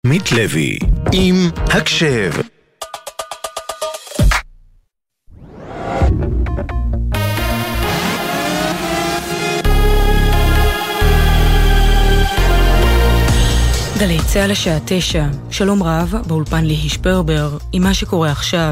עמית לוי עם הקשב. גלי צהל השעה 9, שלום רב, באולפן ליהי שפרבר, עם מה שקורה עכשיו.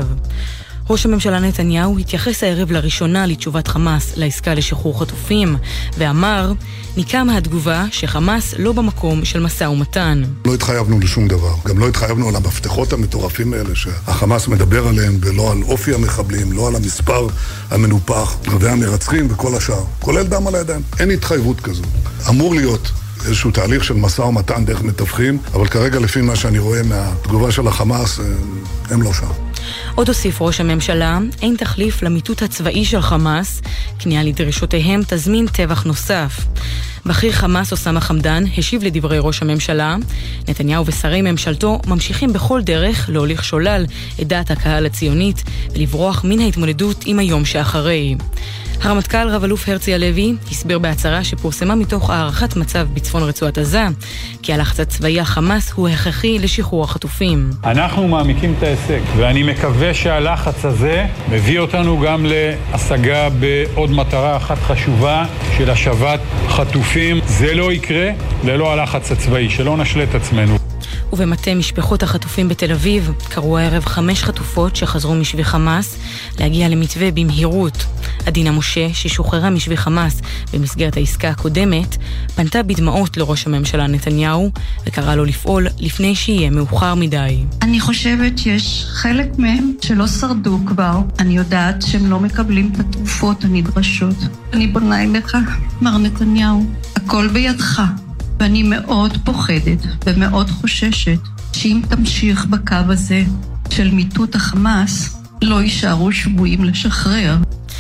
ראש הממשלה נתניהו התייחס הערב לראשונה לתשובת חמאס לעסקה לשחרור חטופים, ואמר, ניכר מהתגובה שחמאס לא במקום של משא ומתן. לא התחייבנו לשום דבר, גם לא התחייבנו על המפתחות המטורפים האלה שהחמאס מדבר עליהם, ולא על אופי המחבלים, לא על המספר המנופח, והמרצחים וכל השאר, כולל דם על הידיים. אין התחייבות כזו. אמור להיות איזשהו תהליך של משא ומתן דרך מתווכים, אבל כרגע לפי מה שאני רואה מהתגובה של החמאס, הם לא שם. עוד הוסיף ראש הממשלה, אין תחליף למיטוט הצבאי של חמאס, כניעה לדרישותיהם תזמין טבח נוסף. בכיר חמאס אוסמה חמדאן השיב לדברי ראש הממשלה, נתניהו ושרי ממשלתו ממשיכים בכל דרך להוליך שולל את דעת הקהל הציונית ולברוח מן ההתמודדות עם היום שאחרי. הרמטכ"ל רב אלוף הרצי הלוי הסביר בהצהרה שפורסמה מתוך הערכת מצב בצפון רצועת עזה, כי הלחץ הצבאי החמאס הוא הכרחי לשחרור החטופים. אנחנו מעמיקים את ההישג, ואני מקווה שהלחץ הזה מביא אותנו גם להשגה בעוד מטרה אחת חשובה של השבת חטופים. זה לא יקרה ללא הלחץ הצבאי, שלא נשלה את עצמנו. ובמטה משפחות החטופים בתל אביב קראו הערב 5 חטופות שחזרו משבי חמאס להגיע למתווה במהירות. עדינה משה, ששוחררה משבי חמאס במסגרת העסקה הקודמת, פנתה בדמעות לראש הממשלה נתניהו וקראה לו לפעול לפני שיהיה מאוחר מדי. אני חושבת שיש חלק מהם שלא שרדו כבר. אני יודעת שהם לא מקבלים את התרופות הנדרשות. אני פונה אליך, מר נתניהו, הכל בידך. ואני מאוד פוחדת ומאוד חוששת שאם תמשיך בקו הזה של מיטוט החמאס, לא יישארו שבויים לשחרר.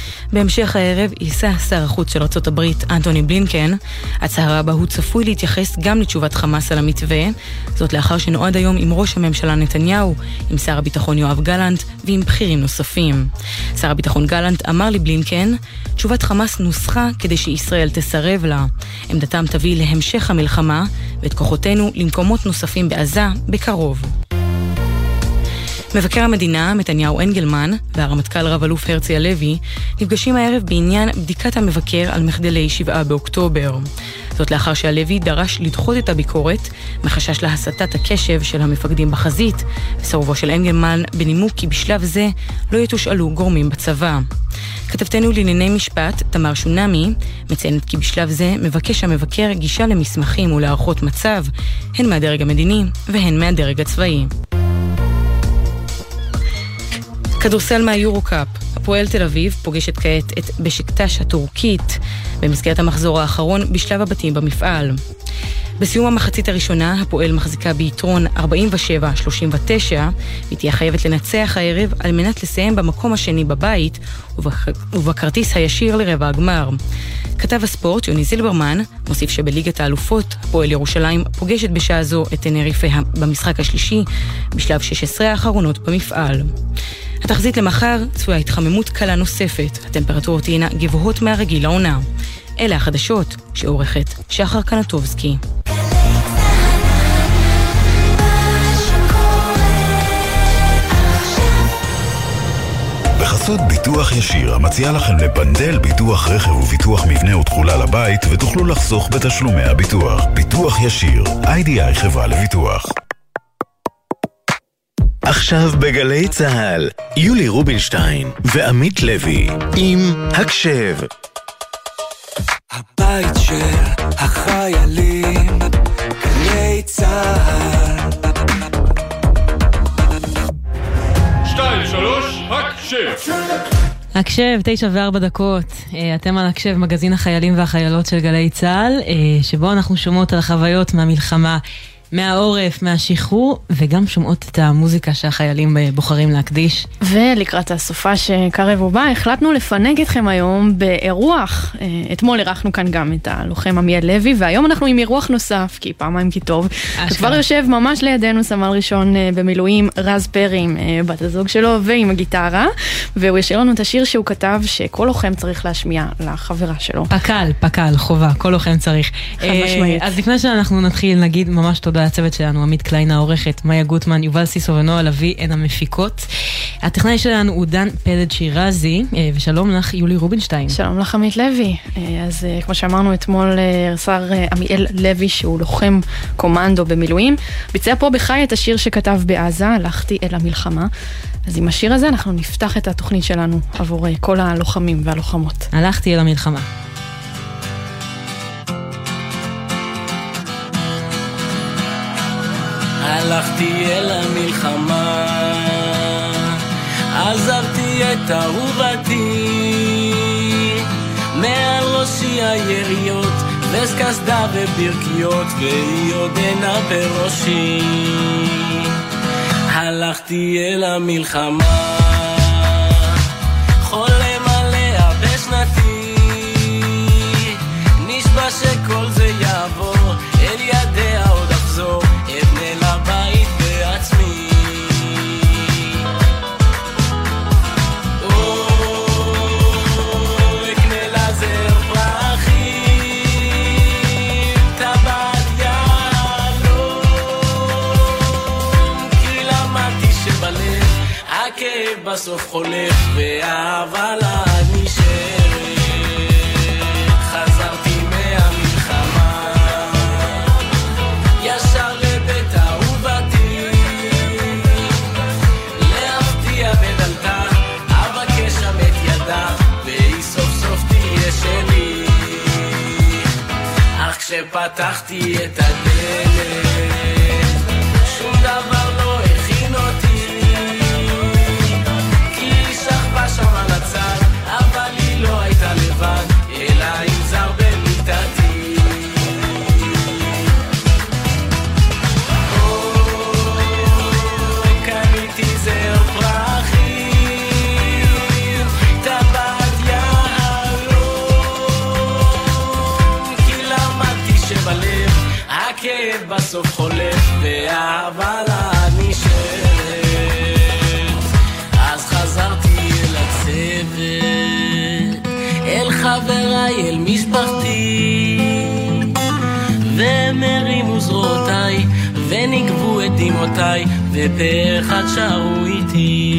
בהמשך הערב יישא שר החוץ של ארצות הברית אנטוני בלינקן, הצהרה בה הוא צפוי להתייחס גם לתשובת חמאס על המתווה, זאת לאחר שנועד היום עם ראש הממשלה נתניהו, עם שר הביטחון יואב גלנט ועם בכירים נוספים. שר הביטחון גלנט אמר לבלינקן, תשובת חמאס נוסחה כדי שישראל תסרב לה. עמדתם תביא להמשך המלחמה ואת כוחותינו למקומות נוספים בעזה בקרוב. מבקר המדינה, מתניהו אנגלמן, והרמטכ"ל רב אלוף הרצי הלוי נפגשים הערב בעניין בדיקת המבקר על מחדלי 7 באוקטובר. זאת לאחר שהלוי דרש לדחות את הביקורת מחשש להסטת הקשב של המפקדים בחזית, וסירובו של אנגלמן בנימוק כי בשלב זה לא יתושאלו גורמים בצבא. כתבתנו לענייני משפט, תמר שונמי, מציינת כי בשלב זה מבקש המבקר גישה למסמכים ולהערכות מצב, הן מהדרג המדיני והן מהדרג הצבאי. כדורסל מהיורו-קאפ, הפועל תל אביב פוגשת כעת את בשקטש הטורקית במסגרת המחזור האחרון בשלב הבתים במפעל. בסיום המחצית הראשונה הפועל מחזיקה ביתרון 47-39 ותהיה חייבת לנצח הערב על מנת לסיים במקום השני בבית ובכרטיס הישיר לרבע הגמר. כתב הספורט יוני זילברמן מוסיף שבליגת האלופות הפועל ירושלים פוגשת בשעה זו את טנריפה במשחק השלישי בשלב 16 האחרונות במפעל. התחזית למחר צפויה התחממות קלה נוספת, הטמפרטורות תהיינה גבוהות מהרגיל לעונה. אלה החדשות שעורכת שחר קנטובסקי. בחסות ביטוח ישיר המציע לכם לפנדל ביטוח רכב וביטוח מבנה ותכולה לבית ותוכלו לחסוך בתשלומי הביטוח. ביטוח ישיר, IDI חברה לביטוח. עכשיו בגלי צהל, יולי רובינשטיין ועמית לוי עם הקשב. הבית של החיילים, גלי צהל. 2, 3, הקשב. הקשב, 9:04. אתם על הקשב, מגזין החיילים והחיילות של גלי צהל, שבו אנחנו שומעות על החוויות מהמלחמה, מהעורף, מהשחרור, וגם שומעות את המוזיקה שהחיילים בוחרים להקדיש. ולקראת הסופה שקרב ובא, החלטנו לפנק אתכם היום באירוח. אתמול אירחנו כאן גם את הלוחם עמיאל לוי, והיום אנחנו עם אירוח נוסף, כי פעמיים כי טוב. כבר יושב ממש לידינו סמל ראשון במילואים רז פרי עם בת הזוג שלו ועם הגיטרה, והוא ישאיר לנו את השיר שהוא כתב שכל לוחם צריך להשמיע לחברה שלו. פקל, חובה, כל לוחם צריך. חד משמעית. אז לפני שאנחנו נתחיל נגיד ממש תודה הצוות שלנו, עמית קליין העורכת, מאיה גוטמן, יובל סיסו ונועה לוי הן המפיקות. הטכנאי שלנו הוא דן פלד שירזי, ושלום לך יולי רובינשטיין. שלום לך עמית לוי. אז כמו שאמרנו אתמול, שר עמיאל לוי שהוא לוחם קומנדו במילואים, ביצע פה בחי את השיר שכתב בעזה, הלכתי אל המלחמה. אז עם השיר הזה אנחנו נפתח את התוכנית שלנו עבור כל הלוחמים והלוחמות. הלכתי אל המלחמה. הלכתי אל המלחמה, עזבתי את אהובתי, מעל ראשי היריות, וסקסדה וברכיות, והיא עודנה בראשי. הלכתי אל המלחמה, חולם עליה בשנתי, נשבע שכל זה יעבור, אל ידיה עוד אחזור, אבנה לבית בעצמי. אקנה לזר פרחים, טבעת יעלום, כי למדתי שבלב הכאב בסוף חולף, והאהבה לעד נשארת. חזרתי מהמלחמה ישר לבית אהובתי, להפתיע בדלתה, אבקש שם את ידה, והיא סוף סוף תהיה שלי. אך כשפתחתי את הדלת, שום דבר לא הכין אותי, כי היא שכבה שם על הצד, אבל היא לא הייתה לבד, אלא עם זר במיטתי. קניתי זר פרחים, טבעת יעלום, כי למדתי שבלב הכאב בסוף חולף, והאהבה לעד נשארת. אז חזרתי אל הצוות, אל חבריי, אל משפחתי, והם הרימו זרועותיי ונגבו את דמעותיי, ופה אחד שרו איתי.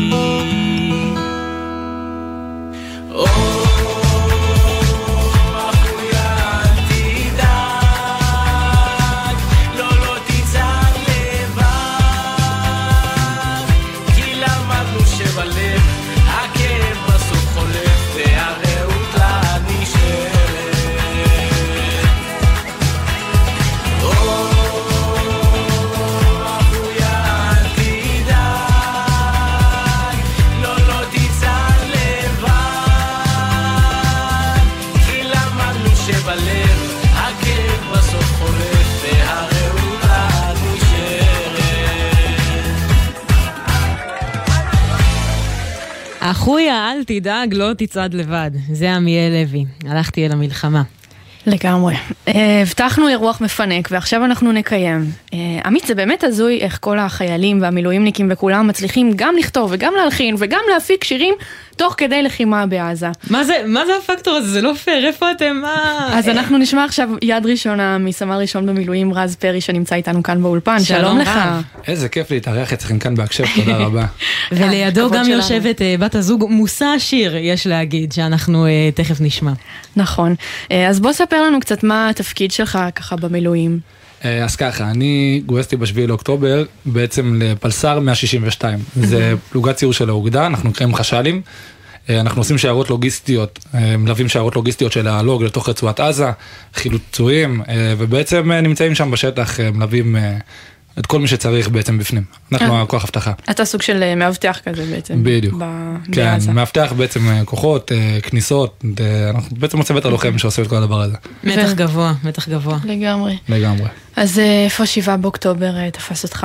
אחויה, אל תדאג, לא תצעד לבד. זה עמיאל לוי. הלכתי אל המלחמה. לגמרי. הבטחנו אירוח מפנק, ועכשיו אנחנו נקיים. עמית, זה באמת הזוי איך כל החיילים והמילואימניקים וכולם מצליחים גם לכתוב וגם להלחין וגם להפיק שירים תוך כדי לחימה בעזה. מה זה הפקטור הזה? זה לא פייר, איפה אתם? אז אנחנו נשמע עכשיו יד ראשונה מסמל ראשון במילואים רז פרי שנמצא איתנו כאן באולפן. שלום לך. איזה כיף להתארח אצלכם כאן בהקשב, תודה רבה. ולידו גם יושבת בת הזוג מוסא שיר, יש להגיד, שאנחנו תכף נשמע. נכון. אז בוא ספר לנו קצת מה התפקיד שלך ככה במילואים. אז ככה, אני גויסתי ב7 לאוקטובר בעצם לפלסר 162. זה פלוגת ציור של האוגדה, אנחנו נקראים חשלים. אנחנו עושים שיירות לוגיסטיות, מלווים שיירות לוגיסטיות של הלוג לתוך רצועת עזה, חילוץ פצועים, ובעצם נמצאים שם בשטח, מלווים את כל מי שצריך בעצם בפנים. אנחנו הכוח הבטחה. אתה סוג של מאבטח כזה בעצם. בדיוק. כן, מאבטח בעצם כוחות, כניסות, אנחנו בעצם הצוות הלוחם שעושה את כל הדבר הזה. מתח גבוה, מתח גבוה. לגמרי. לגמרי. אז איפה 7 באוקטובר תפס אותך?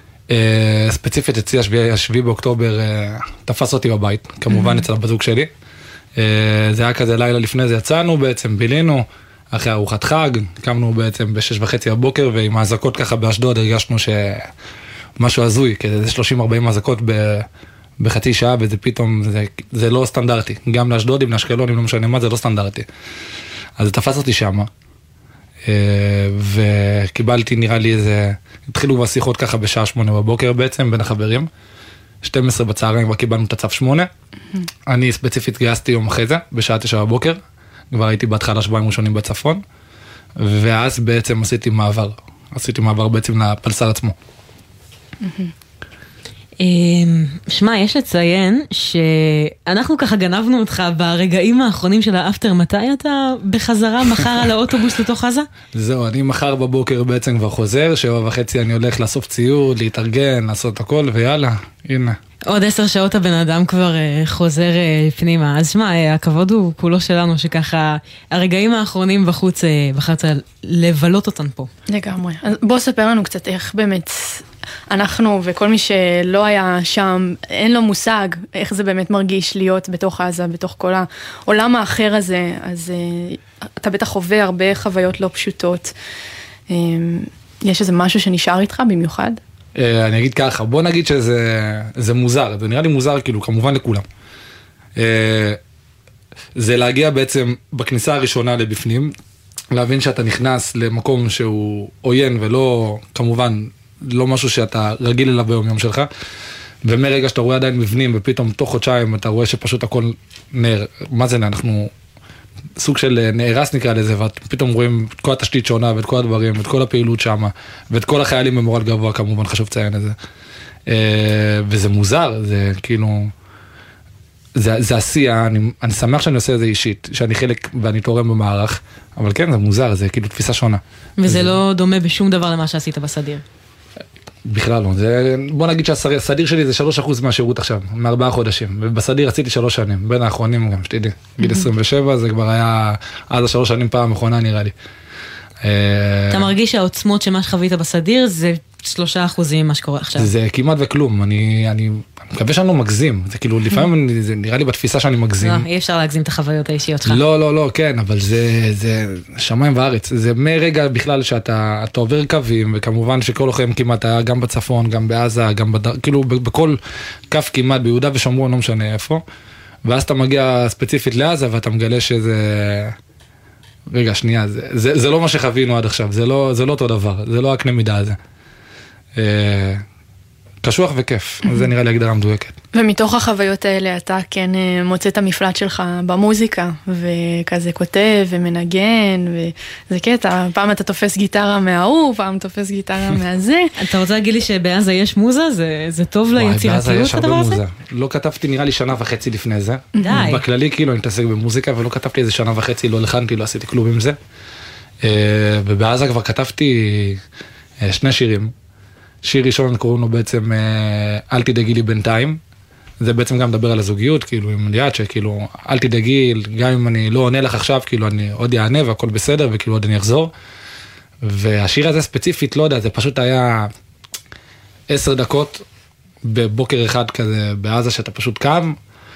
ספציפית אצלי 7 באוקטובר תפס אותי בבית, כמובן אצל הבזוג שלי. זה היה כזה לילה לפני זה יצאנו בעצם, בילינו, אחרי ארוחת חג, קמנו בעצם ב6:30 בבוקר, ועם האזעקות ככה באשדוד הרגשנו שמשהו הזוי, כזה 30-40 האזעקות בחצי שעה, וזה פתאום, זה לא סטנדרטי, גם לאשדודים, לאשקלונים, לא משנה מה, זה לא סטנדרטי. אז זה תפס אותי שמה, וקיבלתי נראה לי איזה, התחילו כבר שיחות ככה בשעה 8 בבוקר בעצם בין החברים, 12 בצהריים כבר קיבלנו את הצו 8, אני ספציפית גייסתי יום אחרי זה, בשעה 9 בבוקר, כבר הייתי בהתחלה שבועיים ראשונים בצפון, ואז בעצם עשיתי מעבר בעצם לפלס"ר עצמו. שמע, יש לציין שאנחנו ככה גנבנו אותך ברגעים האחרונים של האפטר. מתי אתה בחזרה מחר על האוטובוס לתוך עזה? זהו, אני מחר בבוקר בעצם כבר חוזר, 7:30 אני הולך לאסוף ציוד, להתארגן, לעשות הכל, ויאללה, הנה. עוד 10 שעות הבן אדם כבר חוזר פנימה. אז שמע, הכבוד הוא כולו שלנו, שככה הרגעים האחרונים בחוץ בחרת לבלות אותן פה. לגמרי. אז בוא ספר לנו קצת איך באמת אנחנו וכל מי שלא היה שם, אין לו מושג איך זה באמת מרגיש להיות בתוך עזה, בתוך כל העולם האחר הזה. אז אתה בטח חווה הרבה חוויות לא פשוטות. יש איזה משהו שנשאר איתך במיוחד? אני אגיד ככה, בוא נגיד שזה מוזר, זה נראה לי מוזר כאילו כמובן לכולם. זה להגיע בעצם בכניסה הראשונה לבפנים, להבין שאתה נכנס למקום שהוא עוין ולא, כמובן, לא משהו שאתה רגיל אליו ביום יום שלך, ומרגע שאתה רואה עדיין מבנים ופתאום תוך חודשיים אתה רואה שפשוט הכל נער, מה זה אנחנו סוג של נערס נקרא לזה, ופתאום רואים את כל התשתית שונה ואת כל הדברים ואת כל הפעילות שם ואת כל החיילים במורל גבוה, כמובן חשוב לציין את זה, וזה מוזר, זה כאילו זה עשייה, אני שמח שאני עושה את זה אישית, שאני חלק ואני תורם במערך, אבל כן, זה מוזר, זה כאילו תפיסה שונה. וזה לא דומה בשום דבר למה שעשית בסדיר? בכלל לא, בוא נגיד שהסדיר שלי זה 3% מהשירות עכשיו, מ4 חודשים, ובסדיר עשיתי 3 שנים, בין האחרונים גם, שתדעי, גיל 27, זה כבר היה עד 3 שנים פעם האחרונה נראה לי. אתה מרגיש שהעוצמות שמה שחווית בסדיר זה 3% מה שקורה עכשיו? זה כמעט וכלום, אני מקווה שאני לא מגזים, זה כאילו לפעמים זה נראה לי בתפיסה שאני מגזים. לא, אי אפשר להגזים את החוויות האישיות שלך. לא, כן, אבל זה שמיים וארץ, זה מרגע בכלל שאתה עובר קווים, וכמובן שכל לוחם כמעט היה גם בצפון, גם בעזה, גם כאילו בכל קו כמעט, ביהודה ושומרון, לא משנה איפה, ואז אתה מגיע ספציפית לעזה, ואתה מגלה שזה רגע, שנייה, זה לא מה שחווינו עד עכשיו, זה לא אותו דבר, זה לא הקנה מידה הזה. קשוח וכיף, זה נראה לי הגדרה מדויקת. ומתוך החוויות האלה אתה כן מוצא את המפלט שלך במוזיקה, וכזה כותב ומנגן, וזה קטע, פעם אתה תופס גיטרה מההוא, פעם תופס גיטרה מהזה. אתה רוצה להגיד לי שבעזה יש מוזה? זה טוב ליצירתיות הדבר הזה? לא כתבתי נראה לי 1.5 שנה לפני זה. די. בכללי כאילו אני מתעסק במוזיקה, ולא כתבתי איזה 1.5 שנה, לא לחנתי, לא עשיתי כלום עם זה. ובעזה כבר כתבתי 2 שירים. שיר ראשון קוראים לו בעצם אל תדאגי לי בינתיים, זה בעצם גם מדבר על הזוגיות, כאילו עם ליאת שכאילו אל תדאגי, גם אם אני לא עונה לך עכשיו, כאילו אני עוד יענה והכל בסדר וכאילו עוד אני אחזור, והשיר הזה ספציפית, לא יודע, זה פשוט היה 10 דקות בבוקר אחד כזה בעזה שאתה פשוט קם,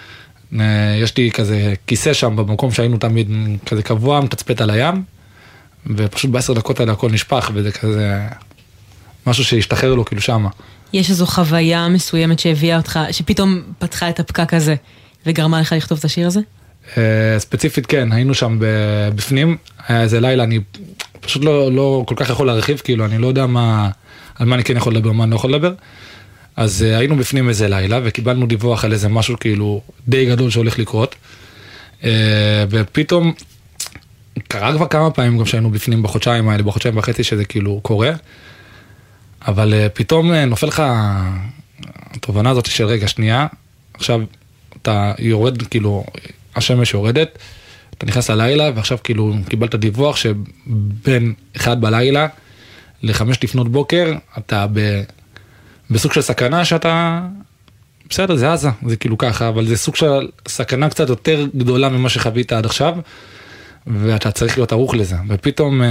יש לי כזה כיסא שם במקום שהיינו תמיד כזה קבוע, מתצפת על הים, ופשוט ב10 דקות האלה הכל נשפך וזה כזה משהו שהשתחרר לו כאילו שמה. יש איזו חוויה מסוימת שהביאה אותך, שפתאום פתחה את הפקק הזה וגרמה לך לכתוב את השיר הזה? ספציפית כן, היינו שם בפנים, היה איזה לילה, אני פשוט לא כל כך יכול להרחיב, כאילו אני לא יודע על מה אני כן יכול לדבר, מה אני לא יכול לדבר, אז היינו בפנים איזה לילה וקיבלנו דיווח על איזה משהו כאילו די גדול שהולך לקרות, ופתאום קרה כבר כמה פעמים גם שהיינו בפנים בחודשיים האלה, בחודשיים וחצי שזה כאילו קורה, אבל פתאום נופל לך התובנה הזאת של רגע שנייה, עכשיו אתה יורד, כאילו השמש יורדת, אתה נכנס ללילה ועכשיו כאילו קיבלת דיווח שבין 1 בלילה ל5 לפנות בוקר, אתה בסוג של סכנה שאתה, בסדר זה עזה, זה כאילו ככה, אבל זה סוג של סכנה קצת יותר גדולה ממה שחווית עד עכשיו, ואתה צריך להיות ערוך לזה, ופתאום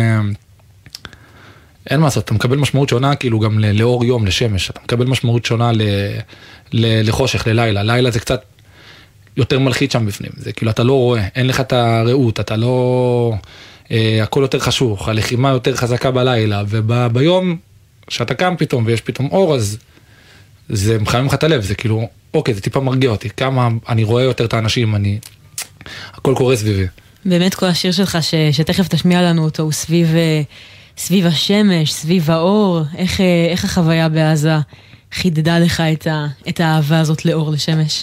אין מה לעשות, אתה מקבל משמעות שונה כאילו גם לאור יום, לשמש, אתה מקבל משמעות שונה לחושך, ללילה, לילה זה קצת יותר מלחיץ שם בפנים, זה כאילו אתה לא רואה, אין לך את הראות, אתה לא, הכל יותר חשוך, הלחימה יותר חזקה בלילה, וביום שאתה קם פתאום ויש פתאום אור, אז זה מחמם לך את הלב, זה כאילו, אוקיי, זה טיפה מרגיע אותי, כמה אני רואה יותר את האנשים, הכל קורה סביבי. באמת כל השיר שלך שתכף תשמיע לנו אותו הוא סביב השמש, סביב האור. איך החוויה בעזה חידדה לך את האהבה הזאת לאור, לשמש?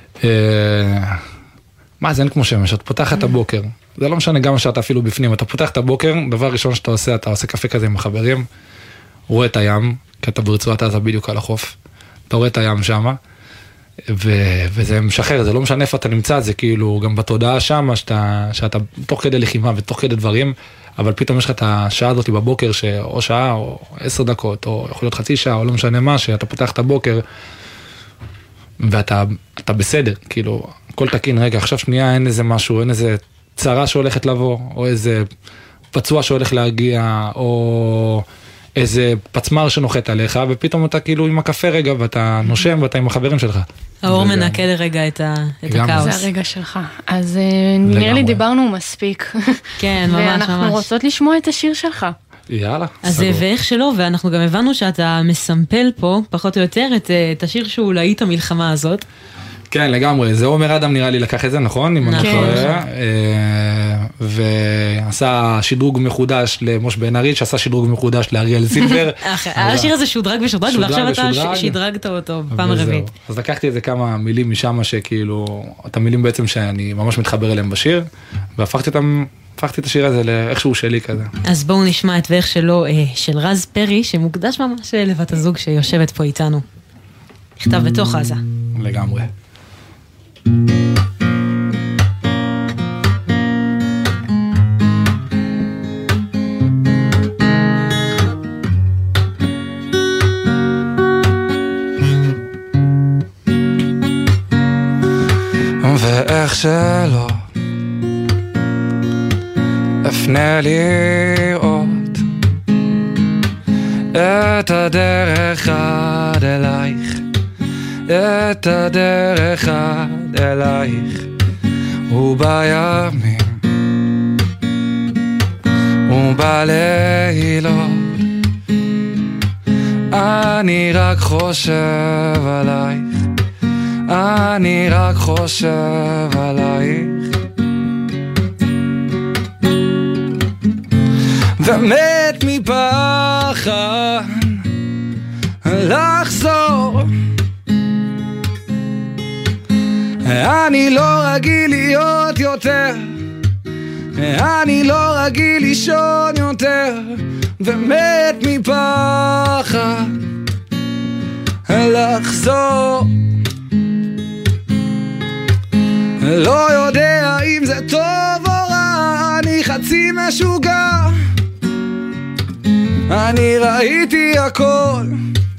מה זה אין כמו שמש, את פותחת את הבוקר, זה לא משנה גם שאתה אפילו בפנים, אתה פותח את הבוקר, דבר ראשון שאתה עושה, אתה עושה קפה כזה עם החברים, רואה את הים, כי אתה ברצועת עזה בדיוק על החוף, אתה רואה את הים שמה, וזה משחרר, זה לא משנה איפה אתה נמצא, זה כאילו גם בתודעה שמה, שאתה תוך כדי לחימה ותוך כדי דברים, אבל פתאום יש לך את השעה הזאת בבוקר, או שעה או 10 דקות, או יכול להיות חצי שעה, או לא משנה מה, שאתה פותח את הבוקר, ואתה בסדר, כאילו, הכל תקין, רגע, עכשיו שנייה, אין איזה משהו, אין איזה צרה שהולכת לבוא, או איזה פצוע שהולך להגיע, או איזה פצמר שנוחת עליך, ופתאום אתה כאילו עם הקפה רגע, ואתה נושם, ואתה עם החברים שלך. האור מנקה לרגע את הכאוס. זה הרגע שלך. אז נראה לי דיברנו מספיק. כן, ממש, ממש. ואנחנו רוצות לשמוע את השיר שלך. יאללה. אז ואיך שלא, ואנחנו גם הבנו שאתה מסמפל פה, פחות או יותר, את השיר שהוא להיט המלחמה הזאת. כן, לגמרי. זה עומר אדם נראה לי לקח את זה, נכון? אם אני חושב. ועשה שדרוג מחודש למוש בן ארי, שעשה שדרוג מחודש לאריאל זילבר. השיר הזה שודרג ושודרג, ועכשיו אתה שדרגת אותו פעם רביעית. אז לקחתי איזה כמה מילים משם, שכאילו, את המילים בעצם שאני ממש מתחבר אליהם בשיר, והפכתי את השיר הזה לאיכשהו שלי כזה. אז בואו נשמע את ואיך שלו של רז פרי, שמוקדש ממש לבת הזוג שיושבת פה איתנו. נכתב בתוך עזה. לגמרי. ואיך שלא אפנה לראות את הדרך עד אלייך, את הדרך עד אלייך, ובימים ובלילות אני רק חושב עלייך, אני רק חושב עלייך, ומת מפחד לחזור. אני לא רגיל להיות יותר, אני לא רגיל לישון יותר, ומת מפחד לחזור. לא יודע אם זה טוב או רע, אני חצי משוגע, אני ראיתי הכל.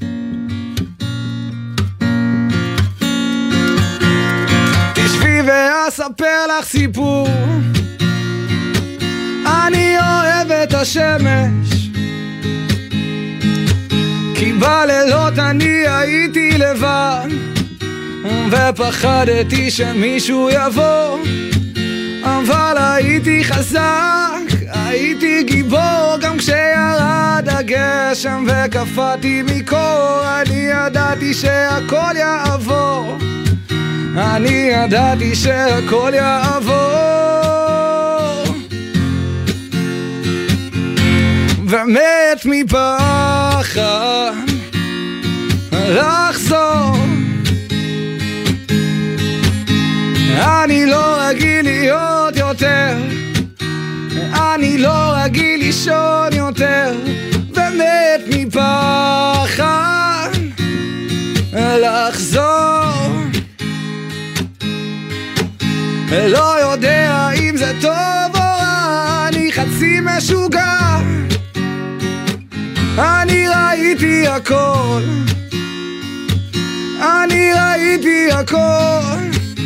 תשבי ואספר לך סיפור, אני אוהב את השמש, כי בלילות אני הייתי לבד, ופחדתי שמישהו יבוא, אבל הייתי חזק, הייתי גיבור, גם כשירד הגשם וקפאתי מקור, אני ידעתי שהכל יעבור, אני ידעתי שהכל יעבור, ומת מפחד לחזור. אני לא רגיל להיות יותר, אני לא רגיל לישון יותר, ומת מפחד לחזור. לא יודע אם זה טוב או רע, אני חצי משוגע, אני ראיתי הכל, אני ראיתי הכל.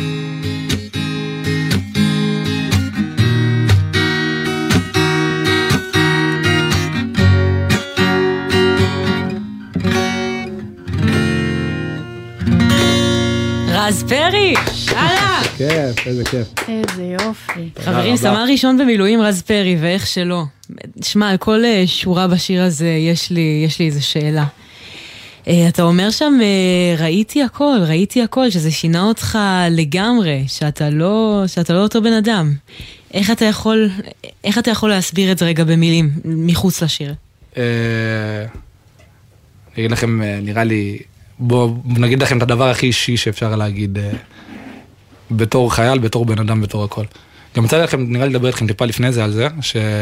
רז פרי, הלאה. כיף, איזה כיף. איזה יופי. חברים, סמל ראשון במילואים רז פרי, ואיך שלא. שמע, על כל שורה בשיר הזה יש לי איזו שאלה. אתה אומר שם, ראיתי הכל, שזה שינה אותך לגמרי, שאתה לא אותו בן אדם. איך אתה יכול להסביר את זה רגע במילים, מחוץ לשיר? אני אגיד לכם, נראה לי, בואו נגיד לכם את הדבר הכי אישי שאפשר להגיד, בתור חייל, בתור בן אדם, בתור הכל. גם מצא לכם, נראה לי לדבר איתכם טיפה לפני זה על זה,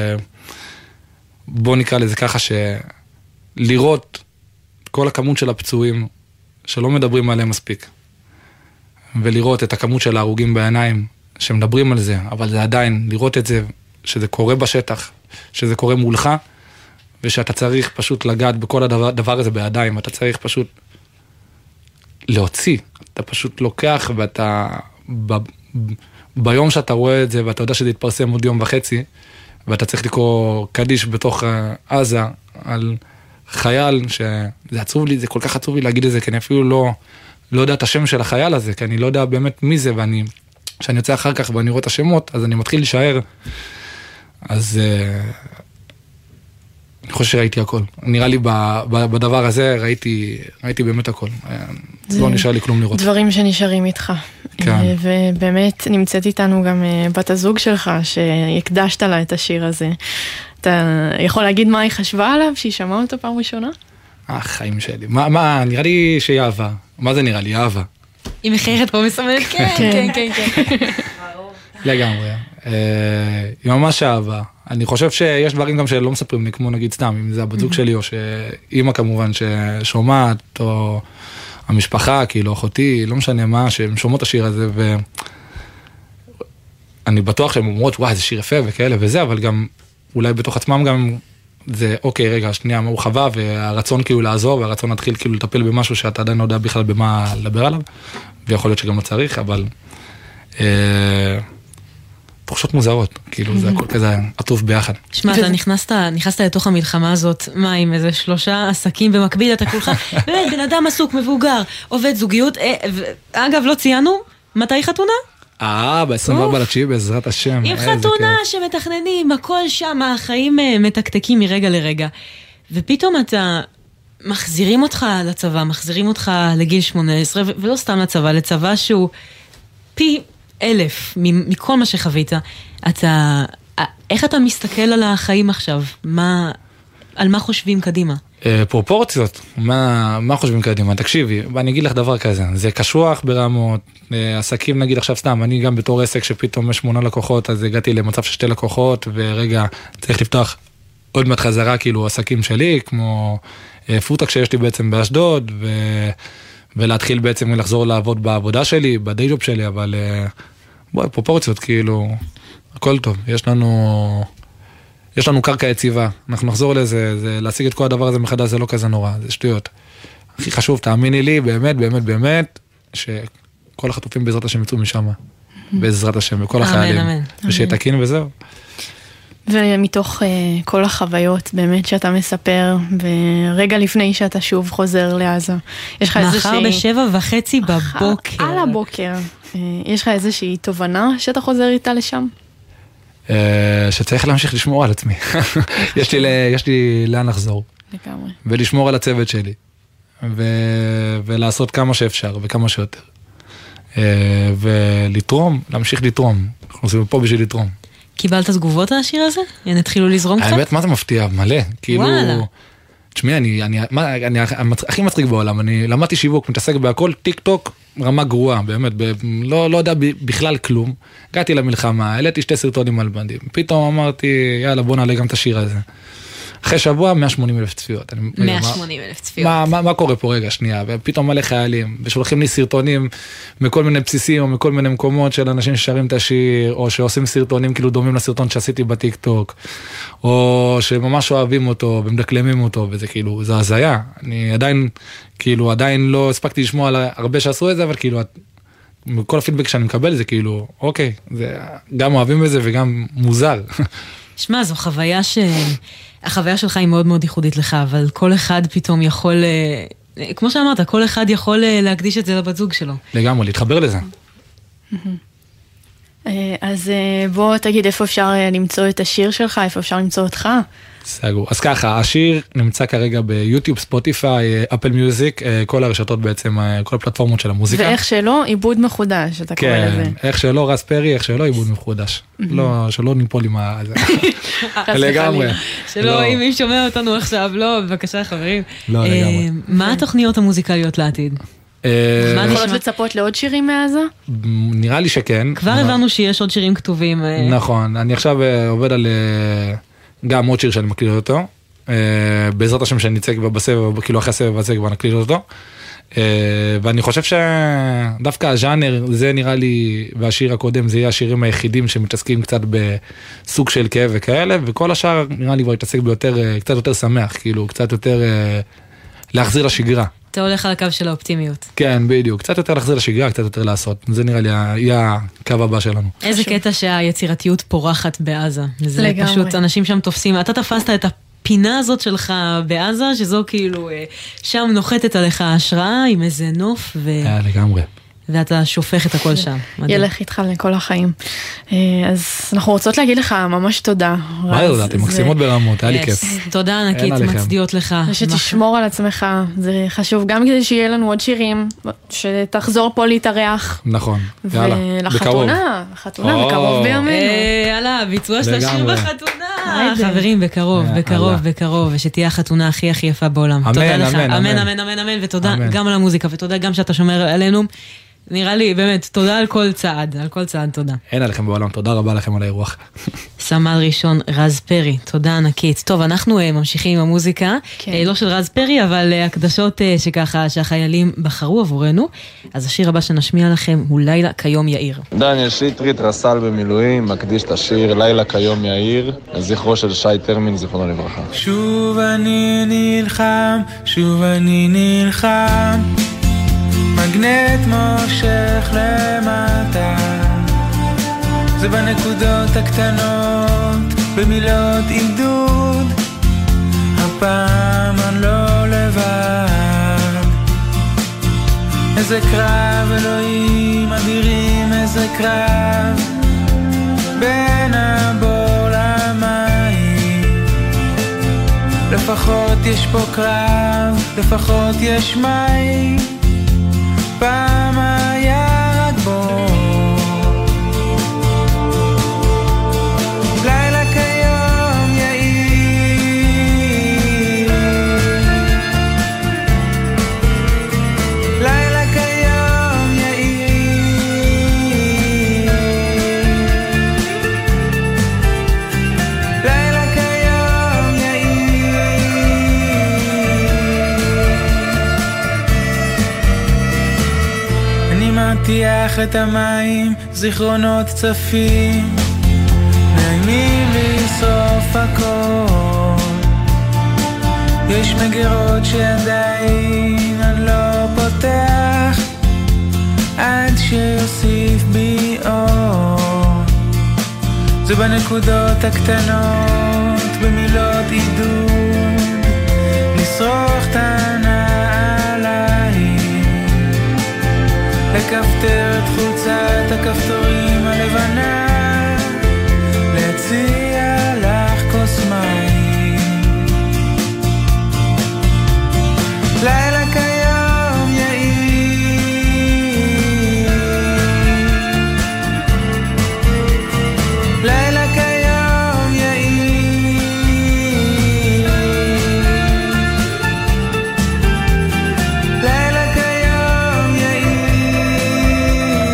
בואו נקרא לזה ככה, לראות כל הכמות של הפצועים, שלא מדברים עליהם מספיק, ולראות את הכמות של ההרוגים בעיניים, שמדברים על זה, אבל זה עדיין, לראות את זה, שזה קורה בשטח, שזה קורה מולך, ושאתה צריך פשוט לגעת בכל הדבר הזה בידיים, אתה צריך פשוט להוציא, אתה פשוט לוקח, ואתה, ביום שאתה רואה את זה, ואתה יודע שזה יתפרסם עוד יום וחצי, ואתה צריך לקרוא קדיש בתוך עזה, על חייל, שזה עצוב לי, זה כל כך עצוב לי להגיד את זה, כי אני אפילו לא יודע את השם של החייל הזה, כי אני לא יודע באמת מי זה, כשאני יוצא אחר כך ואני רואה את השמות, אז אני מתחיל להישאר, אז אני חושב שראיתי הכל. נראה לי בדבר הזה ראיתי באמת הכל. לא נשאר לי כלום לראות. דברים שנשארים איתך. כן. ובאמת נמצאת איתנו גם בת הזוג שלך, שהקדשת לה את השיר הזה. אתה יכול להגיד מה היא חשבה עליו, שהיא שמעה אותו פעם ראשונה? חיים שלי. מה, נראה לי שהיא אהבה. מה זה נראה לי? אהבה. היא מחיירת פה מסמנת, כן. לגמרי. היא ממש אהבה. אני חושב שיש דברים גם שלא מספרים לי, כמו נגיד סתם, אם זה הבת זוג שלי, או שאימא כמובן ששומעת, או המשפחה, כאילו אחותי, לא משנה מה, שהם שומעות את השיר הזה, ואני בטוח שהן אומרות, וואי, זה שיר יפה וכאלה וזה, אבל גם, אולי בתוך עצמם גם, זה, אוקיי, רגע, שנייה, מה הוא חווה, והרצון כאילו לעזור, והרצון להתחיל כאילו לטפל במשהו שאתה עדיין לא יודע בכלל במה לדבר עליו, ויכול להיות שגם לא צריך, אבל תחושות מוזרות, כאילו זה הכל כזה עטוף ביחד. שמע, אתה נכנסת לתוך המלחמה הזאת, מה, עם איזה 3 עסקים במקביל, אתה כולך, באמת, בן אדם עסוק, מבוגר, עובד זוגיות, אגב, לא ציינו, מתי חתונה? ב-24/9 בעזרת השם. עם חתונה שמתכננים, הכל שם, החיים מתקתקים מרגע לרגע. ופתאום אתה מחזירים אותך לצבא, מחזירים אותך לגיל 18, ולא סתם לצבא, לצבא שהוא פי 1000 מכל מה שחווית. איך אתה מסתכל על החיים עכשיו? על מה חושבים קדימה? פרופורציות, מה חושבים קדימה? תקשיבי, ואני אגיד לך דבר כזה, זה קשוח ברמות, עסקים נגיד עכשיו סתם, אני גם בתור עסק שפתאום יש 8 לקוחות, אז הגעתי למצב של 2 לקוחות, ורגע צריך לפתוח עוד מעט חזרה, כאילו עסקים שלי, כמו פוטק שיש לי בעצם באשדוד, ולהתחיל בעצם לחזור לעבוד בעבודה שלי, בדייג'וב שלי, אבל בואי, פרופורציות, כאילו, הכל טוב, יש לנו קרקע יציבה, אנחנו נחזור לזה, להשיג את כל הדבר הזה מחדש, זה לא כזה נורא, זה שטויות. הכי חשוב, תאמיני לי, באמת, באמת, באמת, שכל החטופים בעזרת השם יצאו משם, בעזרת השם, וכל החיילים, ושיתקין וזהו. ומתוך כל החוויות באמת שאתה מספר, ורגע לפני שאתה שוב חוזר לעזה, יש לך איזושהי... מחר 7:30 בבוקר. על הבוקר. יש לך איזושהי תובנה שאתה חוזר איתה לשם? שצריך להמשיך לשמור על עצמי. יש לי לאן לחזור. לגמרי. ולשמור על הצוות שלי. ולעשות כמה שאפשר וכמה שיותר. ולתרום, להמשיך לתרום. אנחנו עושים פה בשביל לתרום. קיבלת תגובות על השיר הזה? הן התחילו לזרום קצת? האמת, מה זה מפתיע? מלא. כאילו... תשמעי, אני הכי מצחיק בעולם, אני למדתי שיווק, מתעסק בהכל, טיק טוק, רמה גרועה, באמת, לא יודע בכלל כלום. הגעתי למלחמה, העליתי 2 סרטונים על בנדים, פתאום אמרתי, יאללה, בוא נעלה גם את השיר הזה. אחרי שבוע, 180,000 צפיות. 180,000 צפיות. מה קורה פה רגע, שנייה? ופתאום מלא חיילים, ושולחים לי סרטונים מכל מיני בסיסים, או מכל מיני מקומות של אנשים ששרים את השיר, או שעושים סרטונים כאילו דומים לסרטון שעשיתי בטיק טוק, או שממש אוהבים אותו, ומדקלמים אותו, וזה כאילו, זה הזיה. אני עדיין לא הספקתי לשמוע על הרבה שעשו את זה, אבל כאילו, כל הפידבק שאני מקבל זה כאילו, אוקיי, זה גם אוהבים בזה וגם מוזר. שמע, זו חוויה החוויה שלך היא מאוד מאוד ייחודית לך, אבל כל אחד פתאום יכול, כמו שאמרת, כל אחד יכול להקדיש את זה לבת זוג שלו. לגמרי, להתחבר לזה. אז בוא תגיד איפה אפשר למצוא את השיר שלך, איפה אפשר למצוא אותך. סגור. אז ככה, השיר נמצא כרגע ביוטיוב, ספוטיפיי, אפל מיוזיק, כל הרשתות בעצם, כל הפלטפורמות של המוזיקה. ואיך שלא, עיבוד מחודש, אתה קורא לזה. כן, איך שלא, רספרי, איך שלא, עיבוד מחודש. לא, שלא ניפול עם זה. לגמרי. שלא, אם שומע אותנו עכשיו, לא, בבקשה חברים. לא, לגמרי. מה התוכניות המוזיקליות לעתיד? יכולות לצפות לעוד שירים מעזה? נראה לי שכן. כבר הבנו שיש עוד שירים כתובים. נכון, אני עכשיו עובד על גם עוד שיר שאני מקליט אותו, בעזרת השם שאני אצא כבר בסבב, כאילו אחרי הסבב הזה כבר נקליט אותו, ואני חושב שדווקא הז'אנר, זה נראה לי, והשיר הקודם, זה יהיה השירים היחידים שמתעסקים קצת בסוג של כאב וכאלה, וכל השאר נראה לי כבר יתעסק קצת יותר שמח, כאילו קצת יותר להחזיר לשגרה. אתה הולך על הקו של האופטימיות. כן, בדיוק. קצת יותר להחזיר לשגרה, קצת יותר לעשות. זה נראה לי יהיה הקו הבא שלנו. איזה קטע שהיצירתיות פורחת בעזה. זה לגמרי. פשוט, אנשים שם תופסים. אתה תפסת את הפינה הזאת שלך בעזה, שזו כאילו, שם נוחתת עליך ההשראה עם איזה נוף. לגמרי. ואתה שופך את הכל שם. ילך איתך לכל החיים. אז אנחנו רוצות להגיד לך ממש תודה. מה יודע, אתם מקסימות ברמות, היה לי כיף. תודה ענקית, מצדיעות לך. שתשמור על עצמך, זה חשוב גם כדי שיהיה לנו עוד שירים, שתחזור פה להתארח. נכון, יאללה, בקרוב. לחתונה, בקרוב בימינו. יאללה, ביצוע של השיר בחתונה. חברים, בקרוב, ושתהיה החתונה הכי הכי יפה בעולם. תודה לך, אמן, ותודה גם על המוזיקה, ותודה גם שאתה שומר עלינו. נראה לי, באמת, תודה על כל צעד, תודה. אין עליכם בעולם, תודה רבה לכם על האירוח. סמל ראשון, רז פרי, תודה ענקית. טוב, אנחנו ממשיכים עם המוזיקה, לא של רז פרי, אבל הקדשות שככה, שהחיילים בחרו עבורנו. אז השיר הבא שנשמיע לכם הוא לילה כיום יאיר. דניאל שטרית, רס"ל במילואים, מקדיש את השיר לילה כיום יאיר, לזכרו של שי טרמין, זיכרונו לברכה. שוב אני נלחם, מגנט מושך למטה, זה בנקודות הקטנות, במילות עידוד, הפעם אני לא לבד. איזה קרב אלוהים אדירים, איזה קרב בין הבור למים. לפחות יש פה קרב, לפחות יש מים, פעם היה רק בור. לילה כיום יאיר, לילה כיום יאיר, לילה כיום יאיר. אני מטיח את המים, זיכרונות צפים, נעימים לשרוף הכל. יש מגירות שעדיין אני לא פותח, עד שיוסיף בי אור. זה בנקודות הקטנות, במילות עידוד, לשרוך את הנעליים, לכפתר את חולצת הכפתורים הלבנה, להציע לך כוס מים. לילה כיום יאיר, לילה כיום יאיר, לילה כיום יאיר.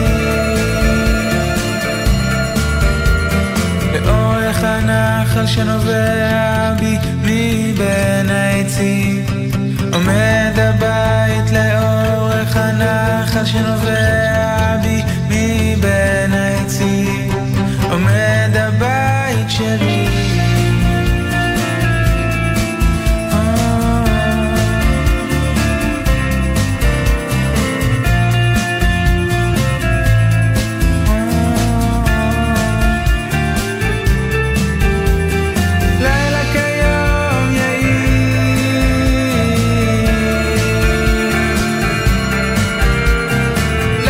לאורך הנחל שנובע בי מבין העצים, עומד הבית לאורך הנחל שנובע בי מבין העצים, עומד הבית שלי. לילה כיום יאיר,